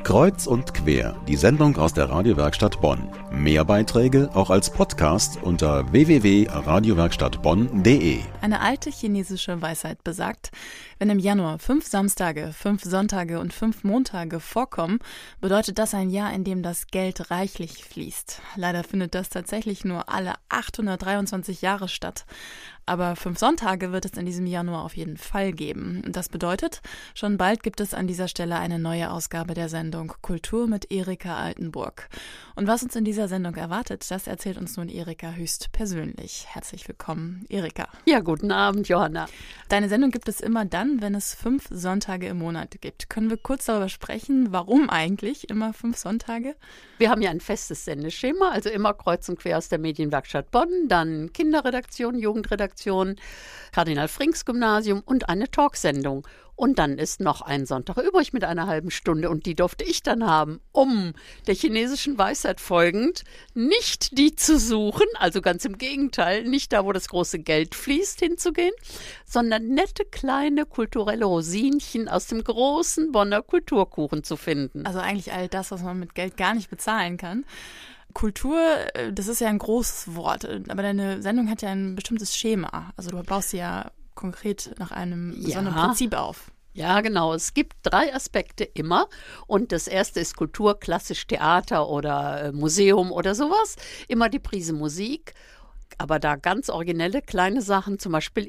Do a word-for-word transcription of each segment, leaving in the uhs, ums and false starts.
Kreuz und quer, die Sendung aus der Radiowerkstatt Bonn. Mehr Beiträge auch als Podcast unter w w w punkt radiowerkstattbonn punkt d e. Eine alte chinesische Weisheit besagt, wenn im Januar fünf Samstage, fünf Sonntage und fünf Montage vorkommen, bedeutet das ein Jahr, in dem das Geld reichlich fließt. Leider findet das tatsächlich nur alle achthundertdreiundzwanzig Jahre statt. Aber fünf Sonntage wird es in diesem Januar auf jeden Fall geben. Das bedeutet, schon bald gibt es an dieser Stelle eine neue Ausgabe der Sendung Kultur mit Erika Altenburg. Und was uns in dieser Sendung erwartet, das erzählt uns nun Erika höchst persönlich. Herzlich willkommen, Erika. Ja, guten Abend, Johanna. Deine Sendung gibt es immer dann, wenn es fünf Sonntage im Monat gibt. Können wir kurz darüber sprechen, warum eigentlich immer fünf Sonntage? Wir haben ja ein festes Sendeschema, also immer kreuz und quer aus der Medienwerkstatt Bonn, dann Kinderredaktion, Jugendredaktion, Kardinal-Frings-Gymnasium und eine Talksendung. Und dann ist noch ein Sonntag übrig mit einer halben Stunde und die durfte ich dann haben, um der chinesischen Weisheit folgend nicht die zu suchen, also ganz im Gegenteil, nicht da, wo das große Geld fließt, hinzugehen, sondern nette kleine kulturelle Rosinchen aus dem großen Bonner Kulturkuchen zu finden. Also eigentlich all das, was man mit Geld gar nicht bezahlen kann. Kultur, das ist ja ein großes Wort, aber deine Sendung hat ja ein bestimmtes Schema. Also du baust sie ja konkret nach einem Ja. besonderen Prinzip auf. Ja, genau. Es gibt drei Aspekte immer. Und das erste ist Kultur, klassisch Theater oder äh, Museum oder sowas. Immer die Prise Musik. Aber da ganz originelle kleine Sachen, zum Beispiel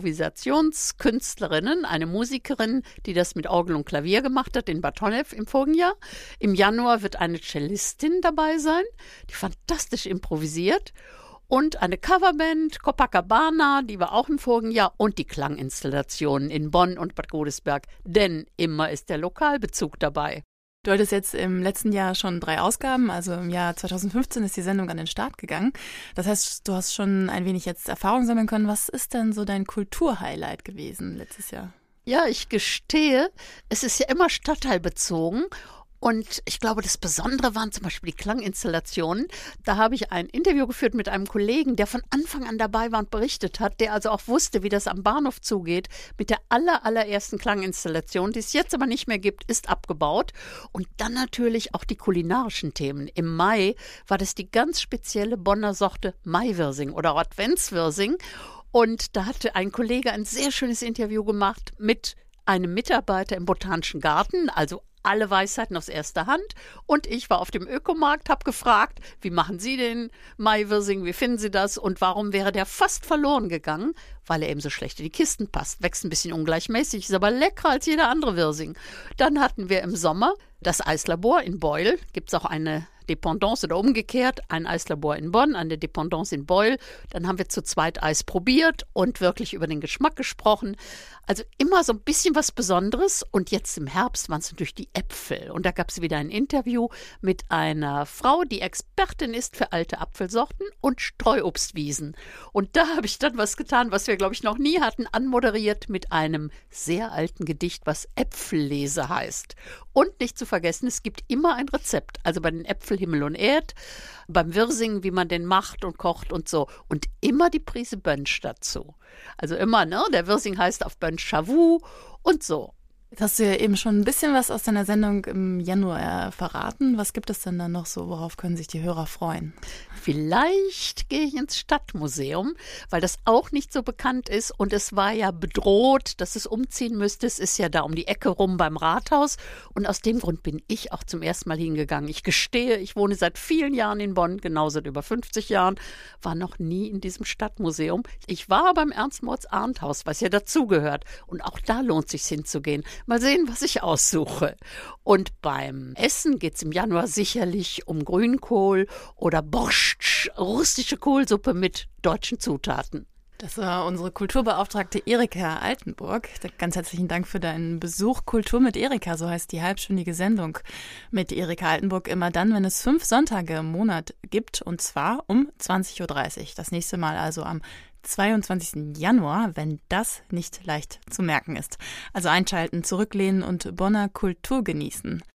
Improvisationskünstlerinnen, eine Musikerin, die das mit Orgel und Klavier gemacht hat in Bad Honnef im vorigen Jahr. Im Januar wird eine Cellistin dabei sein, die fantastisch improvisiert. Und eine Coverband, Copacabana, die war auch im vorigen Jahr. Und die Klanginstallationen in Bonn und Bad Godesberg. Denn immer ist der Lokalbezug dabei. Du hattest jetzt im letzten Jahr schon drei Ausgaben, also im Jahr zweitausendfünfzehn ist die Sendung an den Start gegangen. Das heißt, du hast schon ein wenig jetzt Erfahrung sammeln können. Was ist denn so dein Kulturhighlight gewesen letztes Jahr? Ja, ich gestehe, es ist ja immer stadtteilbezogen. Und ich glaube, das Besondere waren zum Beispiel die Klanginstallationen. Da habe ich ein Interview geführt mit einem Kollegen, der von Anfang an dabei war und berichtet hat, der also auch wusste, wie das am Bahnhof zugeht, mit der aller, allerersten Klanginstallation, die es jetzt aber nicht mehr gibt, ist abgebaut. Und dann natürlich auch die kulinarischen Themen. Im Mai war das die ganz spezielle Bonner Sorte Maiwirsing oder Adventswirsing. Und da hatte ein Kollege ein sehr schönes Interview gemacht mit einem Mitarbeiter im Botanischen Garten, also alle Weisheiten aus erster Hand. Und ich war auf dem Ökomarkt, habe gefragt, wie machen Sie den Maiwirsing, wie finden Sie das und warum wäre der fast verloren gegangen? Weil er eben so schlecht in die Kisten passt, wächst ein bisschen ungleichmäßig, ist aber leckerer als jeder andere Wirsing. Dann hatten wir im Sommer das Eislabor in Beul, gibt es auch eine Dependance oder umgekehrt, ein Eislabor in Bonn, eine Dependance in Beul. Dann haben wir zu zweit Eis probiert und wirklich über den Geschmack gesprochen. Also immer so ein bisschen was Besonderes. Und jetzt im Herbst waren es natürlich die Äpfel. Und da gab es wieder ein Interview mit einer Frau, die Expertin ist für alte Apfelsorten und Streuobstwiesen. Und da habe ich dann was getan, was wir, glaube ich, noch nie hatten, anmoderiert mit einem sehr alten Gedicht, was Äpfellese heißt. Und nicht zu vergessen, es gibt immer ein Rezept. Also bei den Äpfeln Himmel und Erd, beim Wirsing, wie man den macht und kocht und so. Und immer die Prise Bönsch dazu. Also immer, ne? Der Wirsing heißt auf Bönsch Chavou und so. Jetzt hast du ja eben schon ein bisschen was aus deiner Sendung im Januar verraten. Was gibt es denn dann noch so, worauf können sich die Hörer freuen? Vielleicht gehe ich ins Stadtmuseum, weil das auch nicht so bekannt ist und es war ja bedroht, dass es umziehen müsste. Es ist ja da um die Ecke rum beim Rathaus und aus dem Grund bin ich auch zum ersten Mal hingegangen. Ich gestehe, ich wohne seit vielen Jahren in Bonn, genau seit über fünfzig Jahren, war noch nie in diesem Stadtmuseum. Ich war beim Ernst-Moritz-Arndt-Haus, was ja dazugehört und auch da lohnt es sich hinzugehen. Mal sehen, was ich aussuche. Und beim Essen geht es im Januar sicherlich um Grünkohl oder Borscht, russische Kohlsuppe mit deutschen Zutaten. Das war unsere Kulturbeauftragte Erika Altenburg. Ganz herzlichen Dank für deinen Besuch. Kultur mit Erika, so heißt die halbstündige Sendung mit Erika Altenburg. Immer dann, wenn es fünf Sonntage im Monat gibt, und zwar um zwanzig Uhr dreißig. Das nächste Mal also am zweiundzwanzigsten Januar, wenn das nicht leicht zu merken ist. Also einschalten, zurücklehnen und Bonner Kultur genießen.